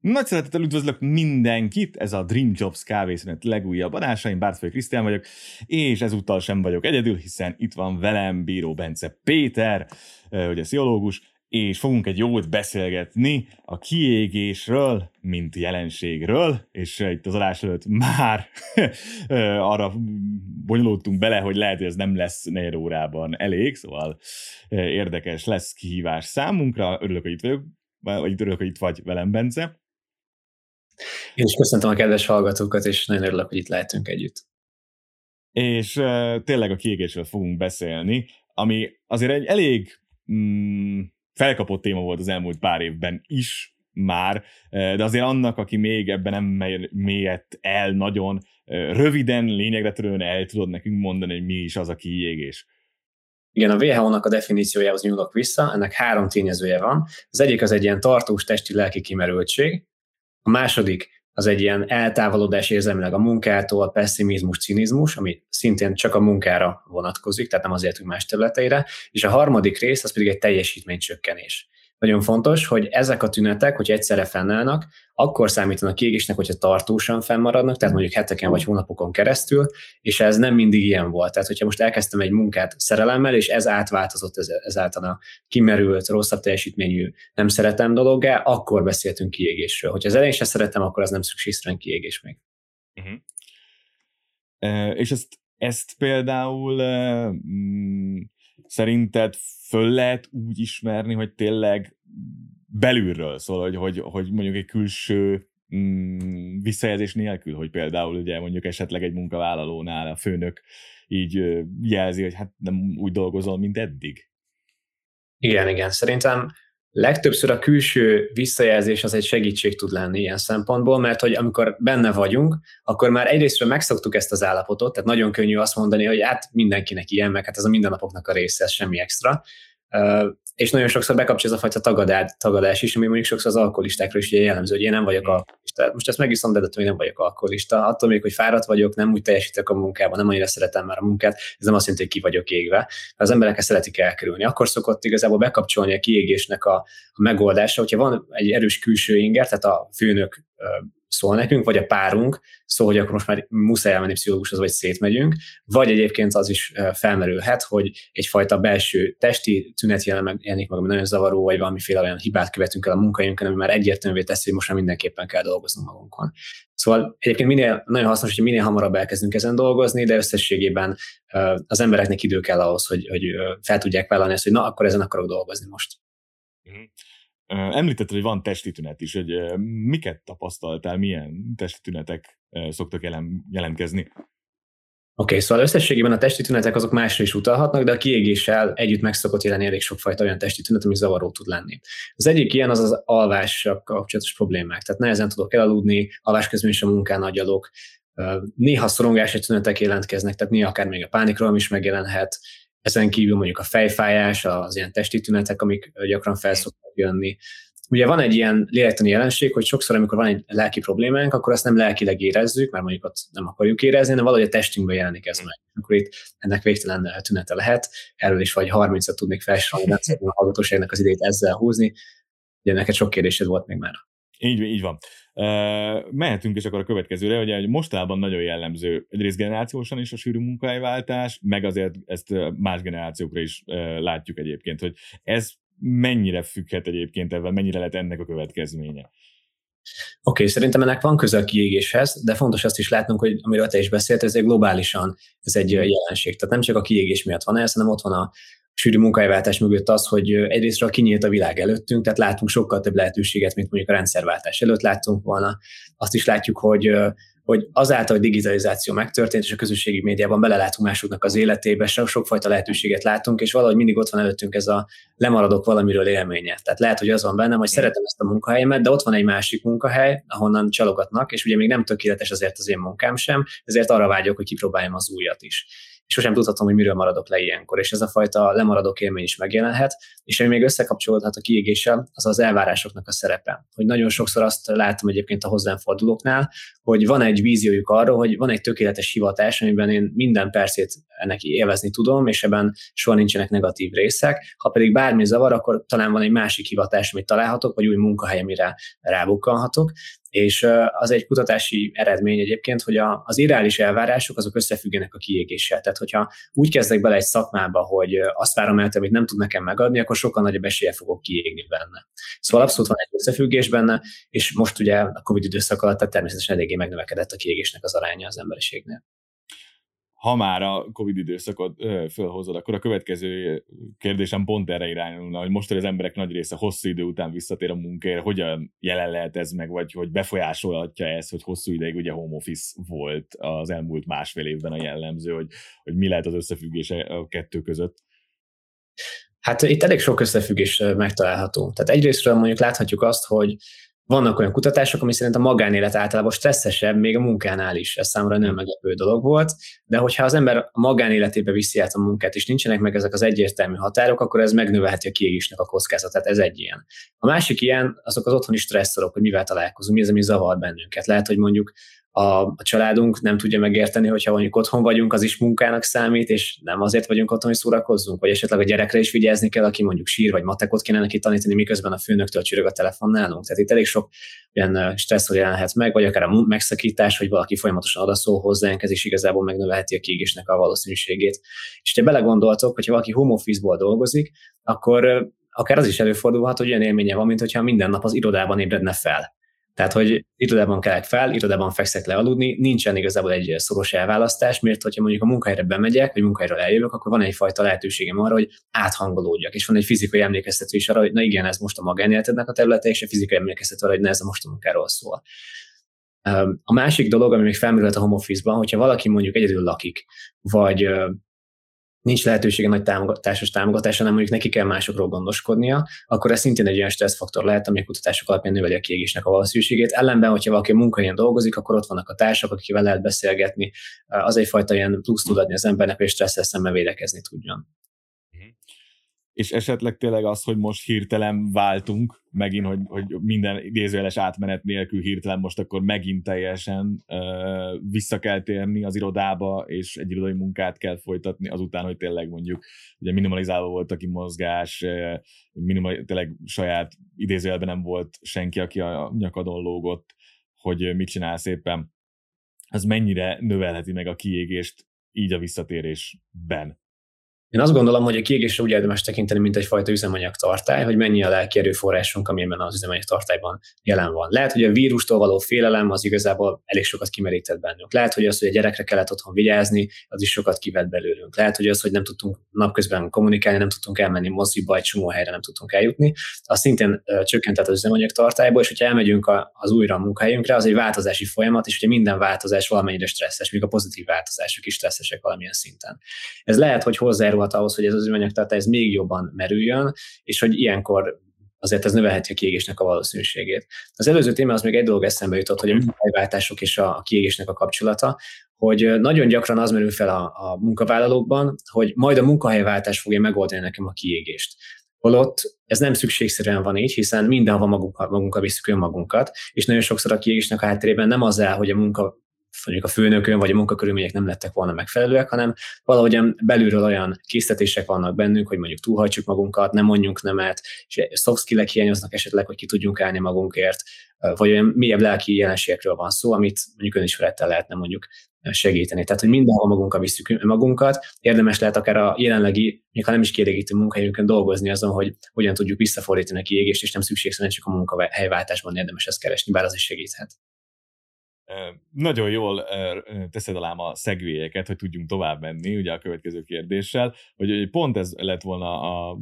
Nagy szeretettel üdvözlök mindenkit, ez a Dream Jobs kávészünet legújabb adása, én Bártfai Krisztián vagyok, és ezúttal sem vagyok egyedül, hiszen itt van velem Bíró Bence Péter, ugye pszichológus, és fogunk egy jót beszélgetni a kiégésről, mint jelenségről, és itt az adás előtt már arra bonyolultunk bele, hogy lehet, hogy ez nem lesz 4 órában elég, szóval érdekes lesz kihívás számunkra. Örülök, hogy itt vagyok, vagy örülök, hogy itt vagy velem, Bence. Én is köszöntöm a kedves hallgatókat, és nagyon örülök, hogy itt lehetünk együtt. És tényleg a kiégésről fogunk beszélni, ami azért egy elég felkapott téma volt az elmúlt pár évben is már, de azért annak, aki még ebben nem mélyedt el nagyon, röviden, lényegre törően el tudod nekünk mondani, hogy mi is az a kiégés. Igen, a WHO-nak a definíciójához nyúlok vissza, ennek 3 tényezője van. Az egyik az egy ilyen tartós testi-lelki kimerültség, a második az egy ilyen eltávolodás érzelmileg a munkától, pessimizmus, cinizmus, ami szintén csak a munkára vonatkozik, tehát nem azért, hogy más területeire, és a harmadik rész az pedig egy teljesítménycsökkenés. Nagyon fontos, hogy ezek a tünetek, hogy egyszerre fennállnak, akkor számítanak kiégésnek, hogyha tartósan fennmaradnak, tehát mondjuk heteken vagy hónapokon keresztül, és ez nem mindig ilyen volt. Tehát, hogyha most elkezdtem egy munkát szerelemmel, és ez átváltozott ezáltal a kimerült, rosszabb teljesítményű, nem szeretem dologgá, akkor beszéltünk kiégésről. Hogyha az elején sem szeretem, akkor az nem szükségszerűen kiégés még. És ezt például szerinted föl lehet úgy ismerni, hogy tényleg belülről szól, hogy mondjuk egy külső visszajelzés nélkül, hogy például ugye mondjuk esetleg egy munkavállalónál a főnök így jelzi, hogy hát nem úgy dolgozol, mint eddig? Igen. Szerintem legtöbbször a külső visszajelzés az egy segítség tud lenni ilyen szempontból, mert hogy amikor benne vagyunk, akkor már egyrésztről megszoktuk ezt az állapotot, tehát nagyon könnyű azt mondani, hogy hát mindenkinek ilyen, meg hát ez a mindennapoknak a része, ez semmi extra. És nagyon sokszor bekapcsol ez a fajta tagadás is, ami mondjuk sokszor az alkoholistákról is jellemző, hogy én nem vagyok alkoholista. Most ezt megiszom, de hogy nem vagyok alkoholista. Attól még, hogy fáradt vagyok, nem úgy teljesítek a munkában, nem annyira szeretem már a munkát, ez nem azt jelenti, hogy ki vagyok égve. Az emberek ezt szeretik elkerülni. Akkor szokott igazából bekapcsolni a kiégésnek a megoldása, hogyha van egy erős külső inger, tehát a főnök szól nekünk, vagy a párunk szól, hogy akkor most már muszáj elmenni pszichológushoz, vagy szétmegyünk, vagy egyébként az is felmerülhet, hogy egyfajta belső testi tünet jelenik meg, ami nagyon zavaró, vagy valamiféle olyan hibát követünk el a munkahelyünkön, ami már egyértelművé teszi, hogy most már mindenképpen kell dolgoznunk magunkon. Szóval egyébként nagyon hasznos, hogy minél hamarabb elkezdünk ezen dolgozni, de összességében az embereknek idő kell ahhoz, hogy fel tudják vállalni ezt, hogy na, akkor ezen akarok dolgozni most. Említetted, hogy van testi tünet is, hogy miket tapasztaltál, milyen testi tünetek szoktak jelentkezni? Oké, szóval összességében a testi tünetek azok másra is utalhatnak, de a kiégéssel együtt meg szokott jelenni elég sokfajta olyan testi tünet, ami zavaró tud lenni. Az egyik ilyen az az alvással kapcsolatos problémák, tehát nehezen tudok elaludni, alvás közben is a munkán agyalok, néha szorongási tünetek jelentkeznek, tehát néha akár még a pánikroham is megjelenhet, ezen kívül mondjuk a fejfájás, az ilyen testi tünetek, amik gyakran fel szoktak jönni. Ugye van egy ilyen lélektani jelenség, hogy sokszor, amikor van egy lelki problémánk, akkor azt nem lelkileg érezzük, mert mondjuk ott nem akarjuk érezni, hanem valahogy a testünkben jelenik ez meg. Akkor itt ennek végtelen tünete lehet, erről is vagy 30-at tudnék felsorolni, de szeretném a hallgatóságnak az idejét ezzel húzni. Ugye neked sok kérdésed volt még már. Így van. Mehetünk is akkor a következőre, hogy mostanában nagyon jellemző egyrészt generációsan is a sűrű munkahelyváltás, meg azért ezt más generációkra is látjuk egyébként, hogy ez mennyire függhet egyébként ebben, mennyire lehet ennek a következménye? Oké, szerintem ennek van köze a kiégéshez, de fontos azt is látnunk, hogy amiről te is beszéltél, ez globálisan ez egy jelenség. Tehát nem csak a kiégés miatt van ez, hanem ott van a sűrű munkahelyváltás mögött az, hogy egyrésztről kinyílt a világ előttünk, tehát látunk sokkal több lehetőséget, mint mondjuk a rendszerváltás előtt láttunk volna. Azt is látjuk, hogy azáltal, hogy digitalizáció megtörtént, és a közösségi médiában belelátunk másoknak az életébe, sokfajta lehetőséget látunk, és valahogy mindig ott van előttünk ez a lemaradok valamiről élménye. Tehát lehet, hogy az van bennem, hogy szeretem ezt a munkahelyemet, de ott van egy másik munkahely, ahonnan csalogatnak, és ugye még nem tökéletes azért az én munkám sem, ezért arra vágyok, hogy kipróbáljam az újat is. sosem tudhatom, hogy miről maradok le ilyenkor, és ez a fajta lemaradok élmény is megjelenhet, és ami még összekapcsolódhat a kiégéssel, az az elvárásoknak a szerepe. Hogy nagyon sokszor azt látom egyébként a hozzám fordulóknál, hogy van egy víziójuk arról, hogy van egy tökéletes hivatás, amiben én minden percét ennek élvezni tudom, és ebben soha nincsenek negatív részek. Ha pedig bármi zavar, akkor talán van egy másik hivatás, amit találhatok, vagy új munkahely, amire rábukkanhatok. És az egy kutatási eredmény egyébként, hogy az irreális elvárások azok összefüggenek a kiégéssel. Tehát, hogyha úgy kezdek bele egy szakmába, hogy azt várom el, amit nem tud nekem megadni, akkor sokkal nagyobb eséllyel fogok kiégni benne. Szóval abszolút van egy összefüggés benne, és most ugye a Covid időszak alatt természetesen eléggé megnövekedett a kiégésnek az aránya az emberiségnél. Ha már a Covid időszakot fölhozod, akkor a következő kérdésem pont erre irányulna, hogy most, hogy az emberek nagy része hosszú idő után visszatér a munkára, hogyan jelen lehet ez meg, vagy hogy befolyásolhatja ez, hogy hosszú ideig ugye home office volt az elmúlt másfél évben a jellemző, hogy mi lehet az összefüggés a kettő között? Hát itt elég sok összefüggés megtalálható. Tehát egyrésztről mondjuk láthatjuk azt, hogy vannak olyan kutatások, ami szerint a magánélet általában stresszesebb, még a munkánál is. Ez számomra nagyon meglepő dolog volt, de hogyha az ember a magánéletébe viszi át a munkát, és nincsenek meg ezek az egyértelmű határok, akkor ez megnövelheti a kiégésnek a kockázatát. Ez egy ilyen. A másik ilyen, azok az otthoni stresszorok, hogy mivel találkozunk, mi az, ami zavar bennünket. Lehet, hogy mondjuk a családunk nem tudja megérteni, hogyha mondjuk otthon vagyunk, az is munkának számít, és nem azért vagyunk otthon, hogy szórakozzunk, vagy esetleg a gyerekre is vigyázni kell, aki mondjuk sír, vagy matekot kéne neki tanítani, miközben a főnöktől csörög a telefon nálunk. Tehát itt elég sok olyan stresszor jelenhet meg, vagy akár a megszakítás, hogy valaki folyamatosan odaszól hozzánk, ez is igazából megnövelheti a kiégésnek a valószínűségét. És ha belegondoltok, hogyha valaki home office-ból dolgozik, akkor akár az is előfordulhat, hogy olyan élménye van, mint hogyha minden nap az irodában ébredne fel. Tehát, hogy irodában kelek fel, irodában fekszek le aludni, nincsen igazából egy szoros elválasztás, mert hogyha mondjuk a munkahelyre bemegyek, vagy munkahelyről eljövök, akkor van egyfajta lehetőségem arra, hogy áthangolódjak, és van egy fizikai emlékeztető is arra, hogy na igen, ez most a magánéletednek a területe, és a fizikai emlékeztető arra, hogy ne, ez most a munkáról szól. A másik dolog, ami még felmerült a home office-ban, hogyha valaki mondjuk egyedül lakik, vagy nincs lehetősége nagy támogatásra, hanem mondjuk neki kell másokról gondoskodnia, akkor ez szintén egy olyan stresszfaktor lehet, ami a kutatások alapján növeli a kiégésnek a valószínűségét. Ellenben, hogyha valaki a munkahelyen dolgozik, akkor ott vannak a társak, akikkel lehet beszélgetni, az egyfajta ilyen plusz tud adni az embernek, hogy stresszel szemben védekezni tudjon. És esetleg tényleg az, hogy most hirtelen váltunk, megint, hogy minden idézőjeles átmenet nélkül hirtelen most akkor megint teljesen vissza kell térni az irodába, és egy irodai munkát kell folytatni, azután, hogy tényleg mondjuk ugye minimalizálva volt a kimozgás, tényleg saját idézőjelben nem volt senki, aki a nyakadon lógott, hogy mit csinál szépen. Az mennyire növelheti meg a kiégést így a visszatérésben? Én azt gondolom, hogy a kiégésre úgy érdemes tekinteni, mint egyfajta üzemanyagtartály, hogy mennyi a lelki erőforrásunk, ami ebben az üzemanyagtartályban jelen van. Lehet, hogy a vírustól való félelem az igazából elég sokat kimerített bennünk. Lehet, hogy az, hogy a gyerekre kellett otthon vigyázni, az is sokat kivett belőlünk. Lehet, hogy az, hogy nem tudtunk napközben kommunikálni, nem tudtunk elmenni moziba, egy csomó helyre nem tudtunk eljutni, az szintén csökkentett az üzemanyagtartályból, és hogyha elmegyünk az újra a munkahelyünkre, az egy változási folyamat, és ugye minden változás valamennyire stresszes, még a pozitív változások is stresszesek valamilyen szinten. Ez lehet, hogy hozzájárulhat ahhoz, hogy ez az üzemanyagtartály ez még jobban merüljön, és hogy ilyenkor azért ez növelheti a kiégésnek a valószínűségét. Az előző téma az még egy dolog eszembe jutott, hogy a munkahelyváltások és a kiégésnek a kapcsolata, hogy nagyon gyakran az merül fel a munkavállalókban, hogy majd a munkahelyváltás fogja megoldani nekem a kiégést. Holott ez nem szükségszerűen van így, hiszen mindenhova magunkkal visszük önmagunkat, és nagyon sokszor a kiégésnek a háttérében nem az áll, hogy a munka mondjuk a főnökön vagy a munkakörülmények nem lettek volna megfelelőek, hanem valahogyan belülről olyan késztetések vannak bennünk, hogy mondjuk túlhajtsuk magunkat, nem mondjunk nemet, és soft skillek hiányoznak esetleg, hogy ki tudjunk állni magunkért, vagy olyan mélyebb lelki jelenségekről van szó, amit mondjuk önismerettel lehetne mondjuk segíteni. Tehát, hogy mindenhol magunkkal visszük magunkat, érdemes lehet akár a jelenlegi, még ha nem is kielégítő munkahelyünkön dolgozni azon, hogy hogyan tudjuk visszafordítani a kiégést, és nem szükségszerűen csak a munkahelyváltásban érdemes ezt keresni, bár az is segíthet. Nagyon jól teszed alám a szegvélyeket, hogy tudjunk tovább menni ugye a következő kérdéssel, hogy pont ez lett volna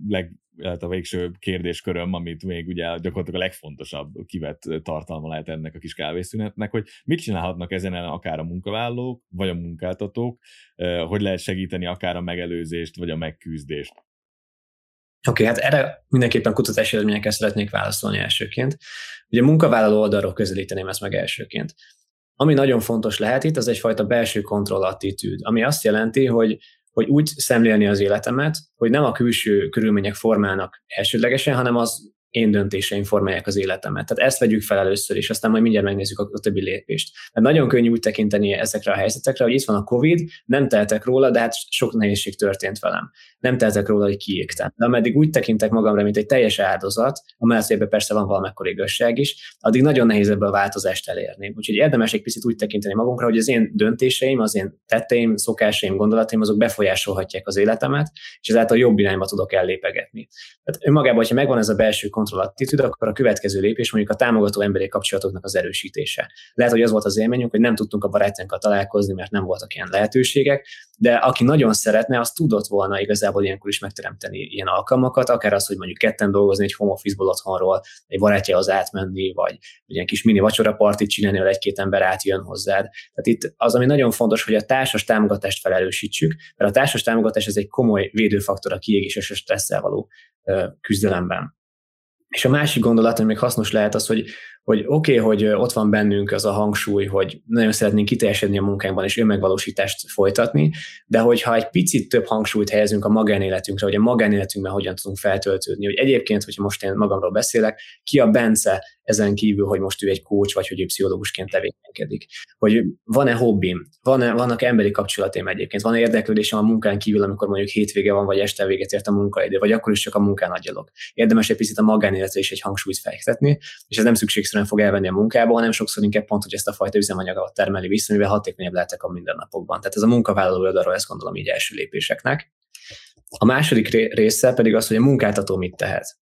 a végső kérdésköröm, amit még ugye gyakorlatilag a legfontosabb kivett tartalma lehet ennek a kis kávészünetnek, hogy mit csinálhatnak ezen akár a munkavállalók, vagy a munkáltatók, hogy lehet segíteni akár a megelőzést, vagy a megküzdést. Oké, hát erre mindenképpen kutatási eredményekkel szeretnék válaszolni elsőként. Ugye a munkavállaló oldalról közelíteném ezt meg elsőként. Ami nagyon fontos lehet itt, az egyfajta belső kontrollattitűd, ami azt jelenti, hogy úgy szemlélni az életemet, hogy nem a külső körülmények formálnak elsődlegesen, hanem az én döntéseim formálják az életemet. Tehát ezt vegyük fel először, és aztán majd mindjárt megnézzük a többi lépést. Mert nagyon könnyű úgy tekinteni ezekre a helyzetekre, hogy itt van a Covid, nem tehetek róla, de hát sok nehézség történt velem. Nem tehetek róla, hogy kiégtem. De ameddig úgy tekintek magamra, mint egy teljes áldozat, amellett, hogy ebben persze van valamekkor igazság is, addig nagyon nehéz ebből a változást elérni. Úgyhogy érdemes egy picit úgy tekinteni magunkra, hogy az én döntéseim, az én tetteim, szokásaim, gondolataim, azok befolyásolhatják az életemet, és ezáltal jobb irányba tudok ellépegetni. Tehát önmagában, hogyha megvan ez a belső kontrollattitűd, akkor a következő lépés mondjuk a támogató emberi kapcsolatoknak az erősítése. Lehet, hogy az volt az élményünk, hogy nem tudtunk a barátjainkkal találkozni, mert nem voltak ilyen lehetőségek, de aki nagyon szeretne, az tudott volna igazából ilyenkor is megteremteni ilyen alkalmakat, akár az, hogy mondjuk ketten dolgozni egy home office-ból otthonról, egy barátjához átmenni, vagy ilyen kis mini vacsorapartit csinálni, ahol egy-két ember átjön hozzád. Tehát itt az, ami nagyon fontos, hogy a társas támogatást felerősítsük, mert a társas támogatás ez egy komoly védőfaktor a kiégéses és stresszel való küzdelemben. És a másik gondolat, ami még hasznos lehet az, hogy oké, hogy ott van bennünk az a hangsúly, hogy nagyon szeretnénk kiteljesedni a munkánkban és önmegvalósítást folytatni, de hogyha egy picit több hangsúlyt helyezünk a magánéletünkre, hogy a magánéletünkben hogyan tudunk feltöltődni, hogy egyébként, hogyha most én magamról beszélek, ki a Bence ezen kívül, hogy most ő egy coach, vagy hogy ő pszichológusként tevékenykedik. Hogy van-e hobbim, vannak emberi kapcsolataim egyébként, van-e érdeklődésem a munkán kívül, amikor mondjuk hétvége van, vagy este véget ért a munkaidő, vagy akkor is csak a munkán agyalok. Érdemes egy picit a magánéletre is egy hangsúlyt fektetni, és ez nem szükségszerűen fog elvenni a munkába, hanem sokszor inkább pont, hogy ezt a fajta üzemanyagot termeli vissza, mivel hatékonyabb lehetek a mindennapokban. Tehát ez a munkavállaló oldalról ezt gondolom így első lépéseknek. A második része pedig az, hogy a munkáltató mit tehet.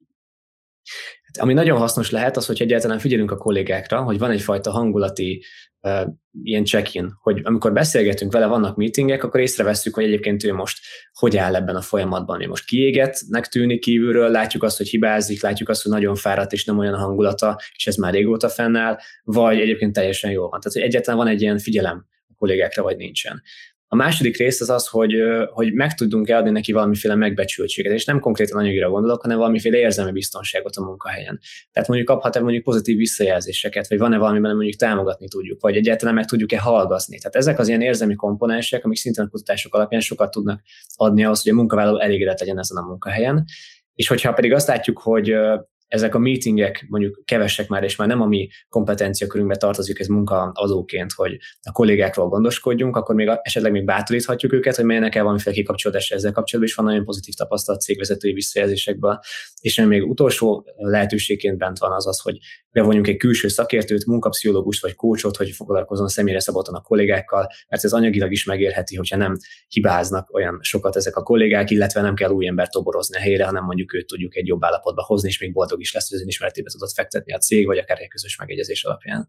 Ami nagyon hasznos lehet az, hogy egyáltalán figyelünk a kollégákra, hogy van egyfajta hangulati ilyen check-in, hogy amikor beszélgetünk vele, vannak meetingek, akkor észrevesszük, hogy egyébként ő most hogy áll ebben a folyamatban. Ő most kiégettnek tűnik kívülről, látjuk azt, hogy hibázik, látjuk azt, hogy nagyon fáradt és nem olyan a hangulata, és ez már régóta fennáll, vagy egyébként teljesen jól van. Tehát, hogy egyáltalán van egy ilyen figyelem a kollégákra, vagy nincsen. A második rész az, hogy meg tudunk adni neki valamiféle megbecsültséget, és nem konkrétan anyagira gondolok, hanem valamiféle érzelmi biztonságot a munkahelyen. Tehát mondjuk kaphat-e mondjuk pozitív visszajelzéseket, vagy van-e valamiben mondjuk támogatni tudjuk, vagy egyáltalán meg tudjuk-e hallgatni. Tehát ezek az ilyen érzelmi komponensek, amik szintén a kutatások alapján sokat tudnak adni ahhoz, hogy a munkavállaló elégedett legyen ezen a munkahelyen. És hogyha pedig azt látjuk, hogy ezek a meetingek mondjuk kevesek már, és már nem a mi kompetenciakörünkbe tartozik ez munkaadóként, hogy a kollégákról gondoskodjunk, akkor még esetleg még bátoríthatjuk őket, hogy menjenek el valamiféle kikapcsolódásra ezzel kapcsolatban, és van nagyon pozitív tapasztalat cégvezetői visszajelzésekből. És még utolsó lehetőségként bent van az, hogy bevonjunk egy külső szakértőt, munkapszichológust vagy coachot, hogy foglalkozzon személyre szabottan a kollégákkal, mert ez anyagilag is megérheti, hogyha nem hibáznak olyan sokat ezek a kollégák, illetve nem kell új embert toborozni a helyre, hanem mondjuk őt tudjuk egy jobb állapotba hozni, és még boldog is lesz, hogy az önismeretébe tudott fektetni a cég, vagy akár egy közös megegyezés alapján.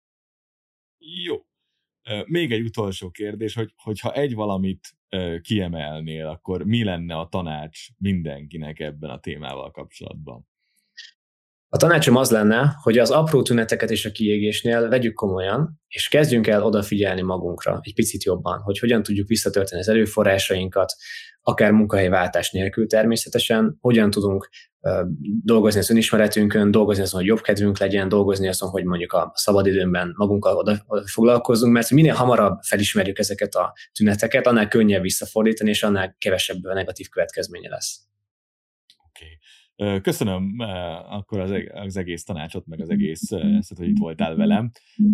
Jó. Még egy utolsó kérdés, hogyha egy valamit kiemelnél, akkor mi lenne a tanács mindenkinek ebben a témával kapcsolatban? A tanácsom az lenne, hogy az apró tüneteket és a kiégésnél vegyük komolyan, és kezdjünk el odafigyelni magunkra egy picit jobban, hogy hogyan tudjuk visszatölteni az erőforrásainkat, akár munkahelyváltás nélkül természetesen, hogyan tudunk dolgozni az önismeretünkön, dolgozni azon, hogy jobb kedvünk legyen, dolgozni azon, hogy mondjuk a szabadidőmben magunkkal oda foglalkozzunk, mert minél hamarabb felismerjük ezeket a tüneteket, annál könnyebb visszafordítani, és annál kevesebb negatív következménye lesz. Oké. Köszönöm akkor az egész tanácsot, meg az egész ezt, hogy itt voltál velem.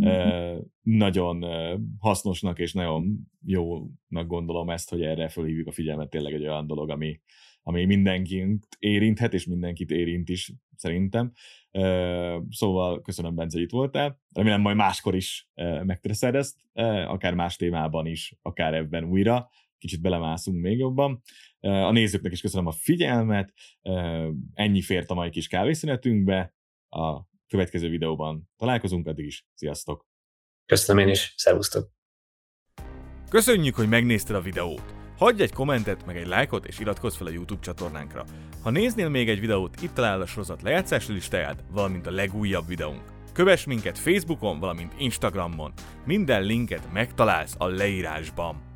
Nagyon hasznosnak és nagyon jónak gondolom ezt, hogy erre fölhívjuk a figyelmet, tényleg egy olyan dolog, ami mindenkit érinthet, és mindenkit érint is szerintem. Szóval köszönöm, Bence, hogy itt voltál. Remélem majd máskor is megteszed ezt, akár más témában is, akár ebben újra. Kicsit belemászunk még jobban. A nézőknek is köszönöm a figyelmet. Ennyi fért a mai kis kávészünetünkbe. A következő videóban találkozunk, addig is. Sziasztok! Köszönöm én is, szervusztok! Köszönjük, hogy megnézted a videót! Hagyj egy kommentet, meg egy lájkot, és iratkozz fel a YouTube csatornánkra. Ha néznél még egy videót, itt találod a sorozat lejátszási listáját, valamint a legújabb videónk. Kövess minket Facebookon, valamint Instagramon. Minden linket megtalálsz a leírásban.